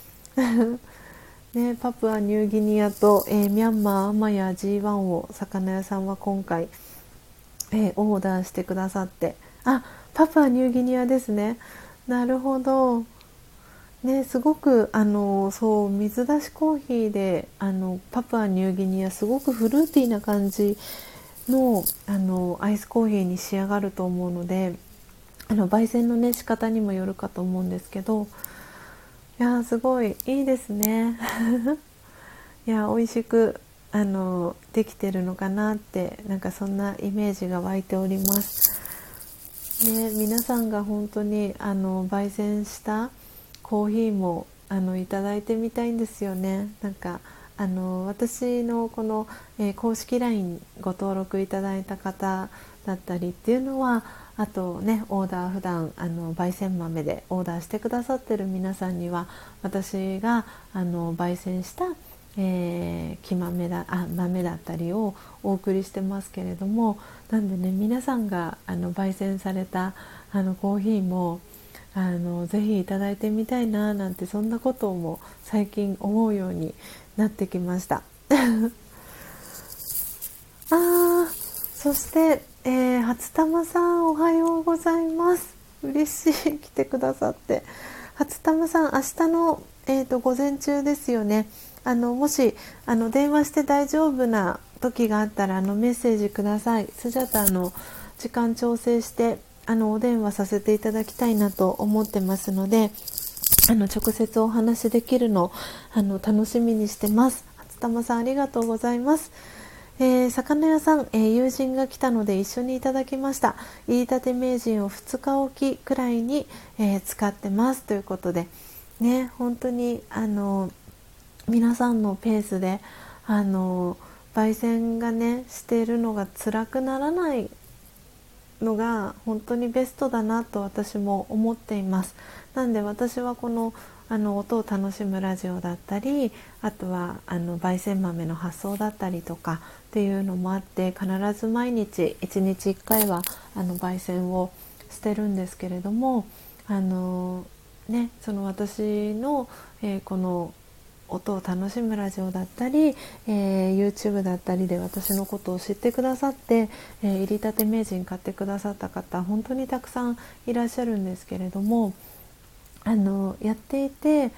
ね、パプアニューギニアと、ミャンマーアマヤ G1 を魚屋さんは今回、オーダーしてくださって、あ、パプアニューギニアですね。なるほど。 ね、すごくそう水出しコーヒーでパプアニューギニアすごくフルーティーな感じの、アイスコーヒーに仕上がると思うので、焙煎のね仕方にもよるかと思うんですけど、いやすごいいいですねいや美味しくできてるのかなって、なんかそんなイメージが湧いておりますね。皆さんが本当に焙煎したコーヒーもいただいてみたいんですよね。なんか私のこの、公式 LINE ご登録いただいた方だったりっていうのは、あとねオーダー普段焙煎豆でオーダーしてくださってる皆さんには、私が焙煎した、木豆豆だったりをお送りしてますけれども、なんでね皆さんが焙煎されたコーヒーもぜひいただいてみたいななんて、そんなことも最近思うようになってきましたそして、初玉さんおはようございます。嬉しい来てくださって。初玉さん明日の、午前中ですよね。もし電話して大丈夫な時があったらメッセージください。スジャタ時間調整してお電話させていただきたいなと思ってますので、直接お話できるの楽しみにしてます。初玉さんありがとうございます。魚屋さん、友人が来たので一緒にいただきました。入りたて名人を2日おきくらいに、使ってますということでね、本当に皆さんのペースで焙煎がねしているのが辛くならないのが本当にベストだなと私も思っています。なんで私はこの音を楽しむラジオだったり、あとは焙煎豆の発送だったりとかっていうのもあって、必ず毎日1日1回は焙煎をしてるんですけれども、その私の、この音を楽しむラジオだったり、YouTube だったりで私のことを知ってくださって、入りたて名人買ってくださった方本当にたくさんいらっしゃるんですけれども、やっていて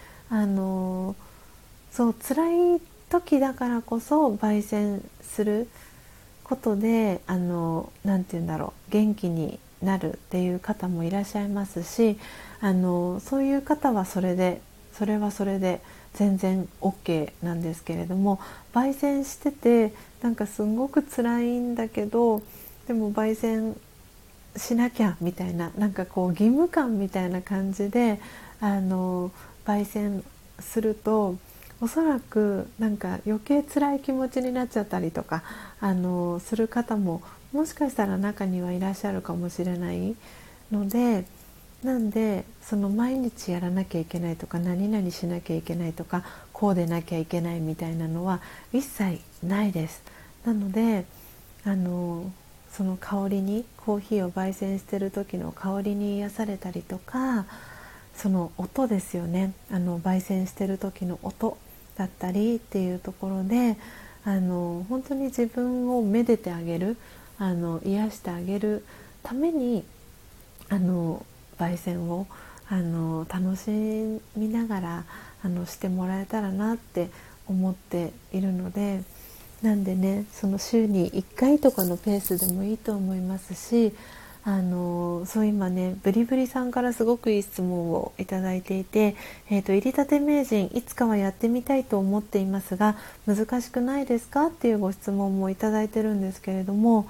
そう辛い時だからこそ焙煎することでなんて言うんだろう、元気になるっていう方もいらっしゃいますし、そういう方はそれはそれで全然 OK なんですけれども、焙煎しててなんかすごく辛いんだけど、でも焙煎しなきゃみたいな、なんかこう義務感みたいな感じで焙煎すると、おそらくなんか余計辛い気持ちになっちゃったりとかする方ももしかしたら中にはいらっしゃるかもしれないので、なんでその毎日やらなきゃいけないとか、何々しなきゃいけないとか、こうでなきゃいけないみたいなのは一切ないです。なのでその香りに、コーヒーを焙煎してる時の香りに癒されたりとか、その音ですよね、焙煎してる時の音だったりっていうところで本当に自分をめでてあげる、癒してあげるために焙煎を楽しみながらしてもらえたらなって思っているので、なんでねその週に1回とかのペースでもいいと思いますし、そう今ねブリブリさんからすごくいい質問をいただいていて、入りたて名人いつかはやってみたいと思っていますが難しくないですかっていうご質問もいただいてるんですけれども、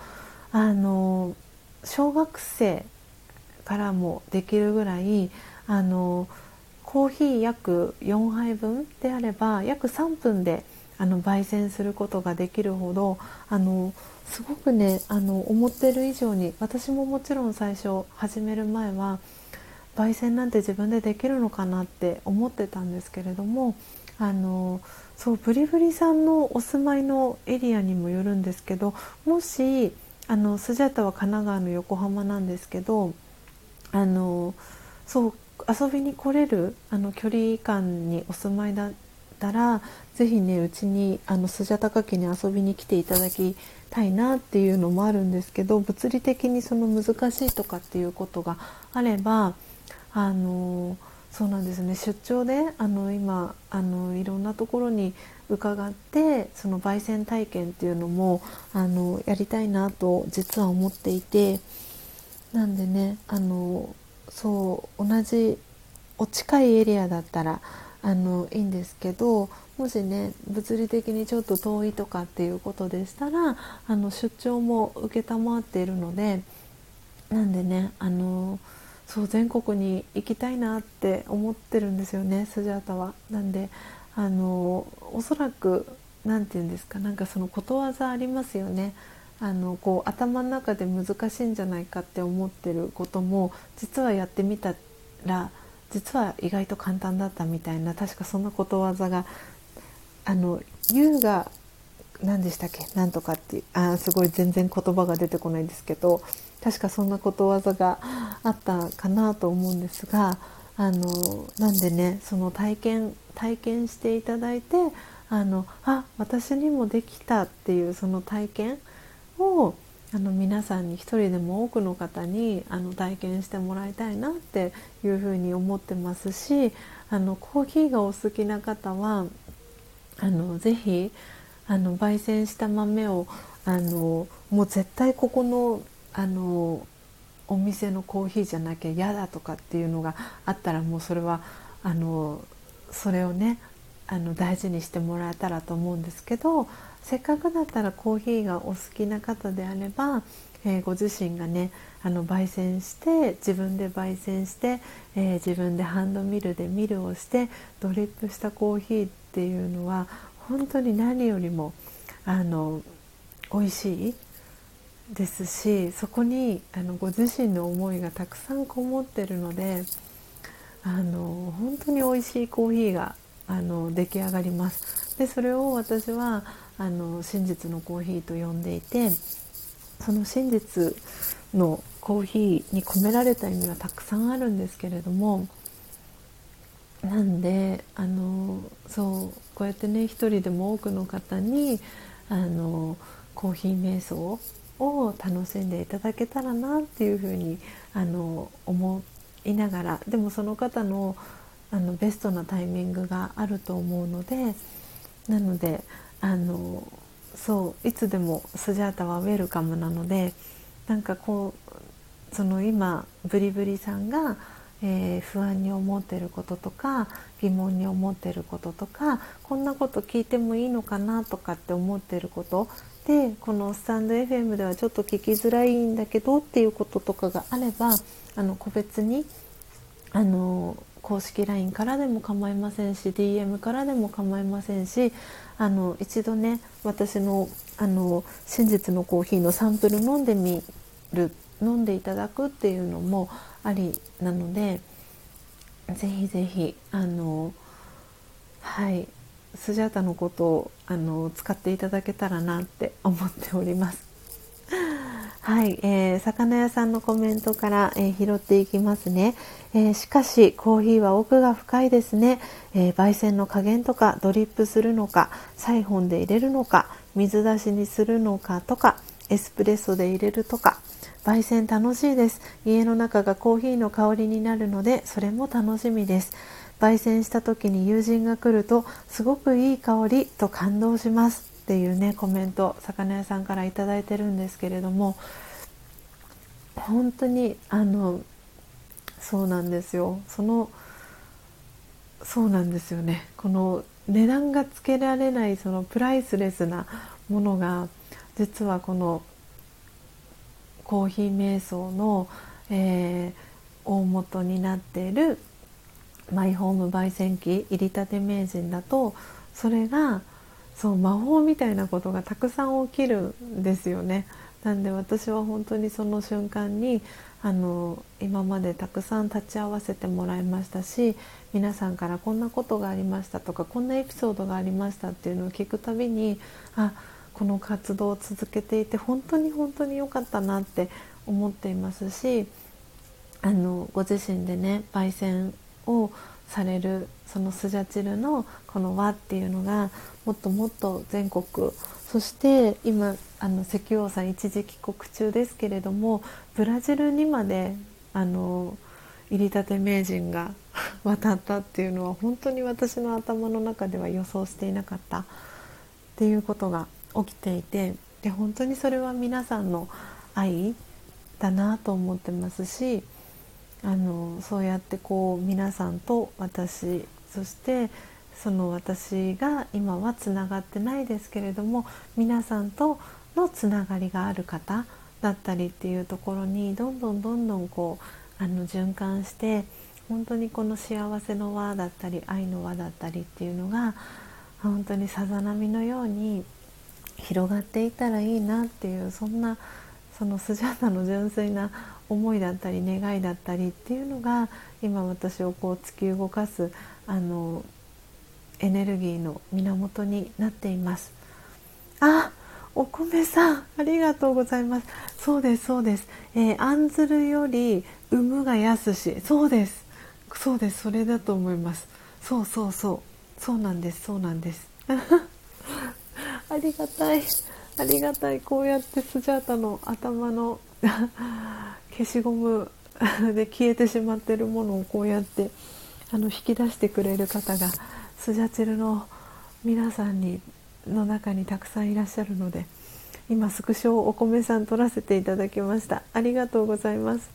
小学生からもできるぐらいコーヒー約4杯分であれば約3分で焙煎することができるほどすごくね思ってる以上に、私ももちろん最初始める前は焙煎なんて自分でできるのかなって思ってたんですけれども、そうブリブリさんのお住まいのエリアにもよるんですけど、もしスジャタは神奈川の横浜なんですけど、そう遊びに来れる距離感にお住まいだったらぜひねうちにスジャタカ家に遊びに来ていただきたいなっていうのもあるんですけど、物理的にその難しいとかっていうことがあればそうなんですね。出張で今いろんなところに伺って、その焙煎体験っていうのもやりたいなと実は思っていて、なんでねそう同じお近いエリアだったらいいんですけど、もしね物理的にちょっと遠いとかっていうことでしたら出張も承っているので、なんでねそう全国に行きたいなって思ってるんですよね、スジャータは。なんでおそらくなんていうんですか、なんかそのことわざありますよね。こう頭の中で難しいんじゃないかって思ってることも実はやってみたら実は意外と簡単だったみたいな、確かそんなことわざが優が何でしたっけ、なんとかっていうすごい全然言葉が出てこないんですけど、確かそんなことわざがあったかなと思うんですが、なんでねその体験していただいて私にもできたっていうその体験を皆さんに一人でも多くの方に体験してもらいたいなっていうふうに思ってますし、コーヒーがお好きな方はぜひ焙煎した豆をもう絶対ここのお店のコーヒーじゃなきゃ嫌だとかっていうのがあったら、もうそれはそれをね大事にしてもらえたらと思うんですけど、せっかくだったらコーヒーがお好きな方であれば、ご自身がね焙煎して自分で焙煎して、自分でハンドミルでミルをしてドリップしたコーヒーっていうのは本当に何よりも美味しいですし、そこにご自身の思いがたくさんこもってるので本当に美味しいコーヒーが出来上がります。でそれを私は真実のコーヒーと呼んでいて、その真実のコーヒーに込められた意味はたくさんあるんですけれども、なんでそうこうやってね一人でも多くの方にコーヒー瞑想を楽しんでいただけたらなっていうふうに思いながら、でもその方のベストなタイミングがあると思うので、なのでそういつでもスジャータはウェルカムなので、なんかこうその今ブリブリさんが、不安に思っていることとか疑問に思っていることとか、こんなこと聞いてもいいのかなとかって思っていることで、このスタンド FM ではちょっと聞きづらいんだけどっていうこととかがあれば個別に公式 LINE からでも構いませんし DM からでも構いませんし、一度ね私の真実のコーヒーのサンプル飲んんでいただくっていうのもありなので、ぜひぜひはいスジャータのことを使っていただけたらなって思っております。はい、魚屋さんのコメントから、拾っていきますね。しかしコーヒーは奥が深いですね。焙煎の加減とかドリップするのかサイホンで入れるのか水出しにするのかとかエスプレッソで入れるとか、焙煎楽しいです。家の中がコーヒーの香りになるのでそれも楽しみです。焙煎した時に友人が来るとすごくいい香りと感動しますっていうねコメント魚屋さんからいただいてるんですけれども、本当にそうなんですよ。そうなんですよね。この値段がつけられないそのプライスレスなものが実はこのコーヒー瞑想の、大元になっているマイホーム焙煎機入りたて名人だと、それがそう魔法みたいなことがたくさん起きるんですよね。なんで私は本当にその瞬間に今までたくさん立ち会わせてもらいましたし、皆さんからこんなことがありましたとかこんなエピソードがありましたっていうのを聞くたびに、この活動を続けていて本当に本当に良かったなって思っていますし、ご自身でね焙煎をされるそのスジャチルのこの輪っていうのがもっともっと全国、そして今石王さん一時帰国中ですけれどもブラジルにまで入りたて名人が渡ったっていうのは本当に私の頭の中では予想していなかったっていうことが起きていて、で本当にそれは皆さんの愛だなと思ってますし、そうやってこう皆さんと私、そしてその私が今はつながってないですけれども、皆さんとのつながりがある方だったりっていうところにどんどんこう循環して、本当にこの幸せの輪だったり愛の輪だったりっていうのが本当にさざ波のように広がっていったらいいなっていう、そんなそのスジャータの純粋な思いだったり願いだったりっていうのが今私をこう突き動かすエネルギーの源になっています。あ、お米さんありがとうございます。そうですそうです、案ずるより産むが安し、そうですそうです、それだと思います。そうそうそう、そうなんですそうなんですありがたいありがたい、こうやってスジャータの頭の消しゴムで消えてしまっているものをこうやって引き出してくれる方がスジャチルの皆さんの中にたくさんいらっしゃるので、今スクショをお米さん撮らせていただきました。ありがとうございます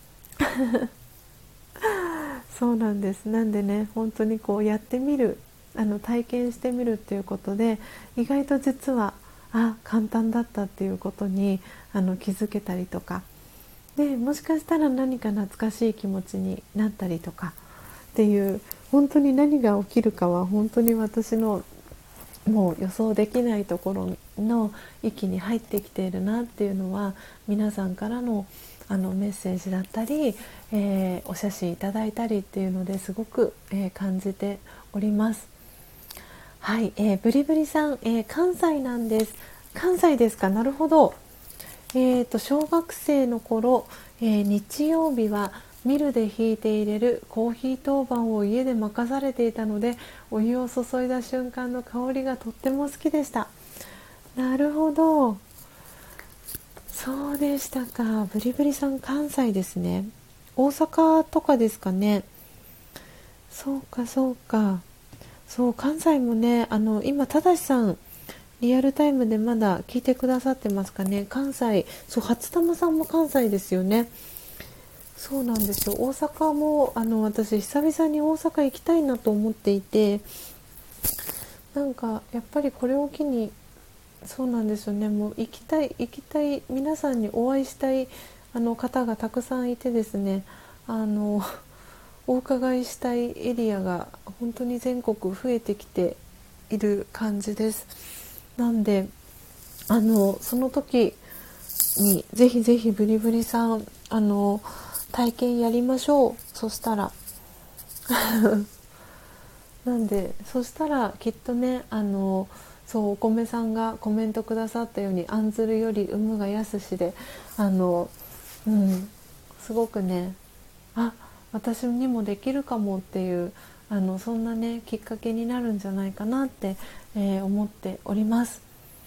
そうなんです。なんでね、本当にこうやってみる、体験してみるっていうことで、意外と実は簡単だったっていうことに気づけたりとかで、もしかしたら何か懐かしい気持ちになったりとかっていう、本当に何が起きるかは本当に私のもう予想できないところの域に入ってきているなっていうのは、皆さんからのメッセージだったり、お写真いただいたりっていうのですごく、感じております。はい、ブリブリさん、関西なんです。関西ですか、なるほど。小学生の頃、日曜日はミルでひいて入れるコーヒー当番を家で任されていたので、お湯を注いだ瞬間の香りがとっても好きでした。なるほど、そうでしたか。ブリブリさん関西ですね。大阪とかですかね。そうかそうか。そう、関西もね、今ただしさんリアルタイムでまだ聞いてくださってますかね。関西、そう、初玉さんも関西ですよね。そうなんですよ。大阪も私久々に大阪行きたいなと思っていて、なんかやっぱりこれを機に、そうなんですよね、もう行きたい皆さんにお会いしたい方がたくさんいてですね、お伺いしたいエリアが本当に全国増えてきている感じです。なんでその時にぜひぜひブリブリさん体験やりましょう。そしたらなんでそしたらきっとね、そうお米さんがコメントくださったように、案ずるより産むが安しで、うん、すごくね、私にもできるかもっていうそんなねきっかけになるんじゃないかなって、思っております。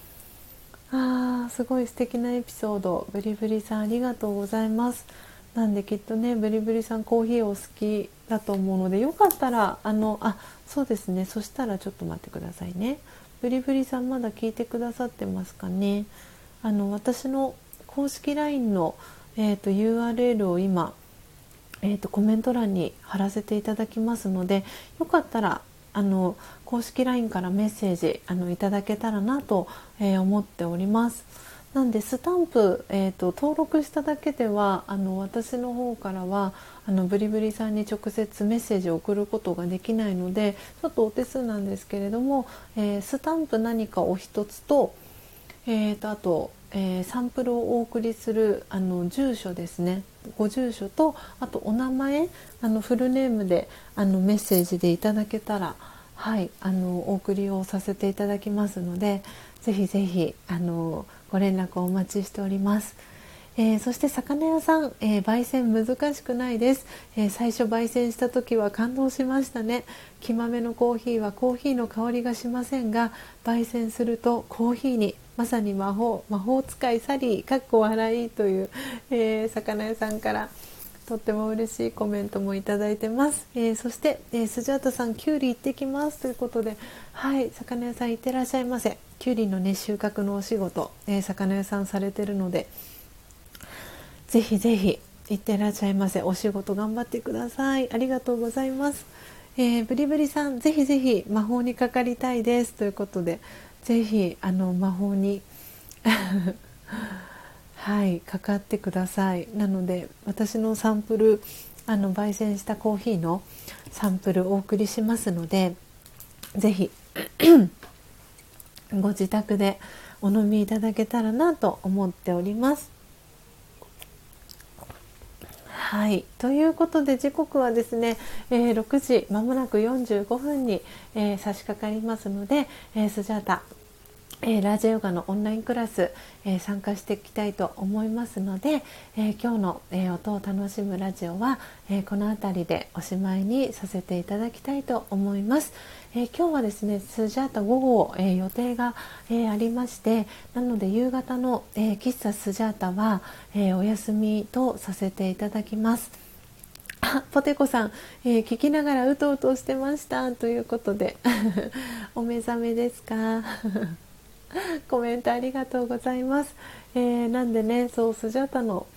すごい素敵なエピソード、ブリブリさんありがとうございます。なんできっとねブリブリさんコーヒーお好きだと思うので、よかったらそうですね、そしたらちょっと待ってくださいね。ブリブリさんまだ聞いてくださってますかね。私の公式 LINE の、URL を今、コメント欄に貼らせていただきますので、よかったら公式 LINE からメッセージいただけたらなと、思っております。なんでスタンプ、登録しただけでは私の方からはブリブリさんに直接メッセージを送ることができないので、ちょっとお手数なんですけれども、スタンプ何かお一つと、あと、サンプルをお送りする住所ですね、ご住所と、あとお名前フルネームでメッセージでいただけたら、はい、お送りをさせていただきますので、ぜひぜひご連絡をお待ちしております。そして魚屋さん、焙煎難しくないです。最初焙煎した時は感動しましたね。生豆のコーヒーはコーヒーの香りがしませんが、焙煎するとコーヒーにまさに魔法使いサリーかっこ笑いという、魚屋さんからとっても嬉しいコメントもいただいてます。そして、スジャータさん、キュウリ行ってきますということで、はい、魚屋さん行ってらっしゃいませ。キュウリのね、収穫のお仕事、魚屋さんされてるので、ぜひぜひ行ってらっしゃいませ。お仕事頑張ってください。ありがとうございます。ブリブリさん、ぜひぜひ魔法にかかりたいですということで、ぜひ魔法にはい、かかってください。なので私のサンプル、焙煎したコーヒーのサンプルお送りしますので、ぜひご自宅でお飲みいただけたらなと思っております。はい、ということで時刻はですね、6時まもなく45分に、差し掛かりますので、スジャータラージャヨガのオンラインクラス、参加していきたいと思いますので、今日の、音を楽しむラジオは、この辺りでおしまいにさせていただきたいと思います。今日はですねスジャータ午後、予定が、ありまして、なので夕方の、喫茶スジャータは、お休みとさせていただきます。ポテコさん、聞きながらうとうとしてましたということでお目覚めですかコメントありがとうございます。なんでね、そうスジャタの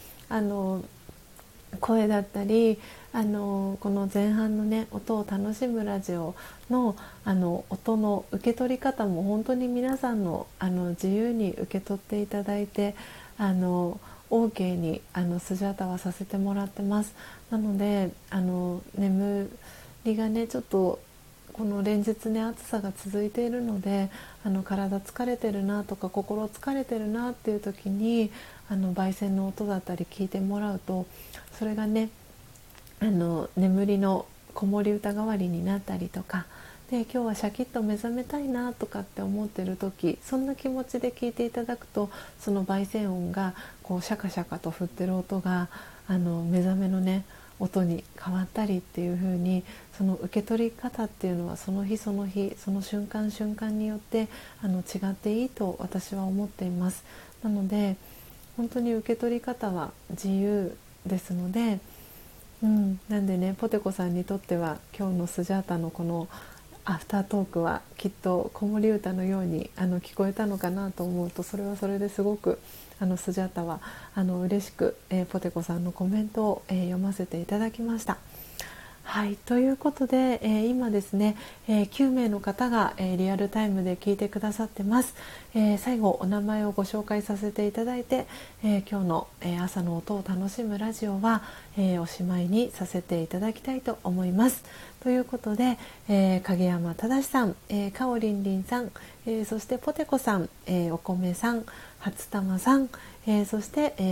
声だったり、この前半のね音を楽しむラジオの音の受け取り方も本当に皆さんの自由に受け取っていただいて、OK にスジャタはさせてもらってます。なので眠りがねちょっとこの連日ね暑さが続いているので、体疲れてるなとか心疲れてるなっていう時に焙煎の音だったり聞いてもらうと、それがね眠りの子守歌代わりになったりとかで、今日はシャキッと目覚めたいなとかって思ってる時、そんな気持ちで聞いていただくと、その焙煎音がこうシャカシャカと振ってる音が目覚めのね音に変わったりっていう風に、その受け取り方っていうのはその日その日その瞬間瞬間によって違っていいと私は思っています。なので本当に受け取り方は自由ですので、なんでねポテコさんにとっては今日のスジャータのこのアフタートークはきっと子守歌のように聞こえたのかなと思うと、それはそれですごくスジャータは嬉しく、ポテコさんのコメントを、読ませていただきました。はい、ということで、今ですね、9名の方が、リアルタイムで聞いてくださってます。最後お名前をご紹介させていただいて、今日の、朝の音を楽しむラジオは、おしまいにさせていただきたいと思います。ということで、影山正さん、かおりんりんさん、そしてポテコさん、お米さん、初玉さん、そして、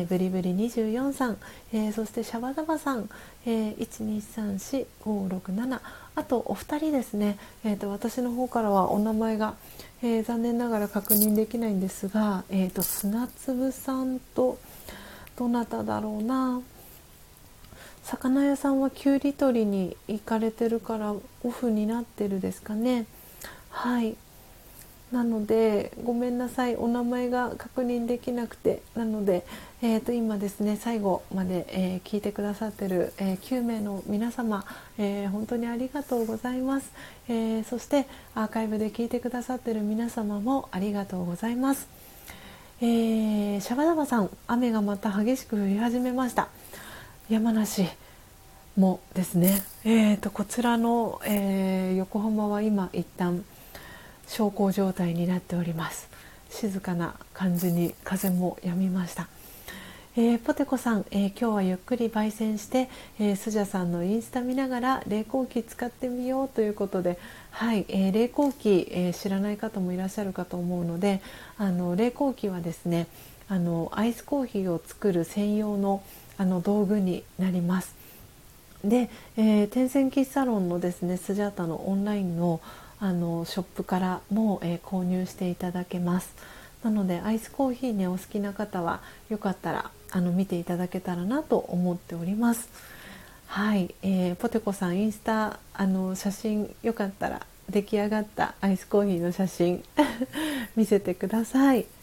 ブリブリ24さん、そしてシャバダバさん、1234567、あとお二人ですね、私の方からはお名前が、残念ながら確認できないんですが、砂粒さんとどなただろうな、魚屋さんはきゅうり取りに行かれてるからオフになってるですかね。はい、なのでごめんなさい、お名前が確認できなくて、なので、今ですね最後まで、聞いてくださってる、9名の皆様、本当にありがとうございます。そしてアーカイブで聞いてくださってる皆様もありがとうございます。シャバダバさん、雨がまた激しく降り始めました。山梨もですね、こちらの、横浜は今一旦小康状態になっております。静かな感じに風も止みました。ポテコさん、今日はゆっくり焙煎して、スジャさんのインスタ見ながら冷凍機使ってみようということで、はい、冷凍機、知らない方もいらっしゃるかと思うので、冷凍機はですねアイスコーヒーを作る専用の道具になります。で、天然喫茶ロンのですねスジャータのオンラインのショップからも、購入していただけます。なのでアイスコーヒーねお好きな方はよかったら見ていただけたらなと思っております。はい、ポテコさんインスタ写真よかったら出来上がったアイスコーヒーの写真見せてください。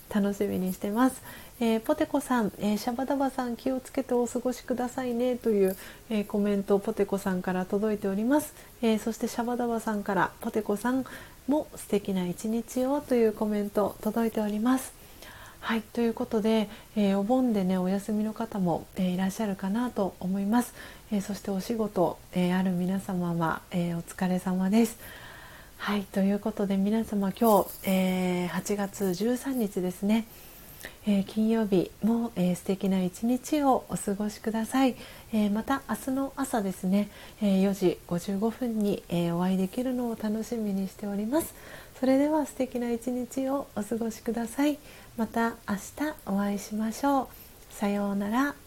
楽しみにしてます。ポテコさん、シャバダバさん気をつけてお過ごしくださいねという、コメントポテコさんから届いております。そしてシャバダバさんからポテコさんも素敵な一日をというコメント届いております。はい、ということで、お盆でねお休みの方も、いらっしゃるかなと思います。そしてお仕事、ある皆様は、お疲れ様です。はい、ということで皆様今日、8月13日ですね、金曜日も、素敵な一日をお過ごしください。また明日の朝ですね、4時55分に、お会いできるのを楽しみにしております。それでは素敵な一日をお過ごしください。また明日お会いしましょう。さようなら。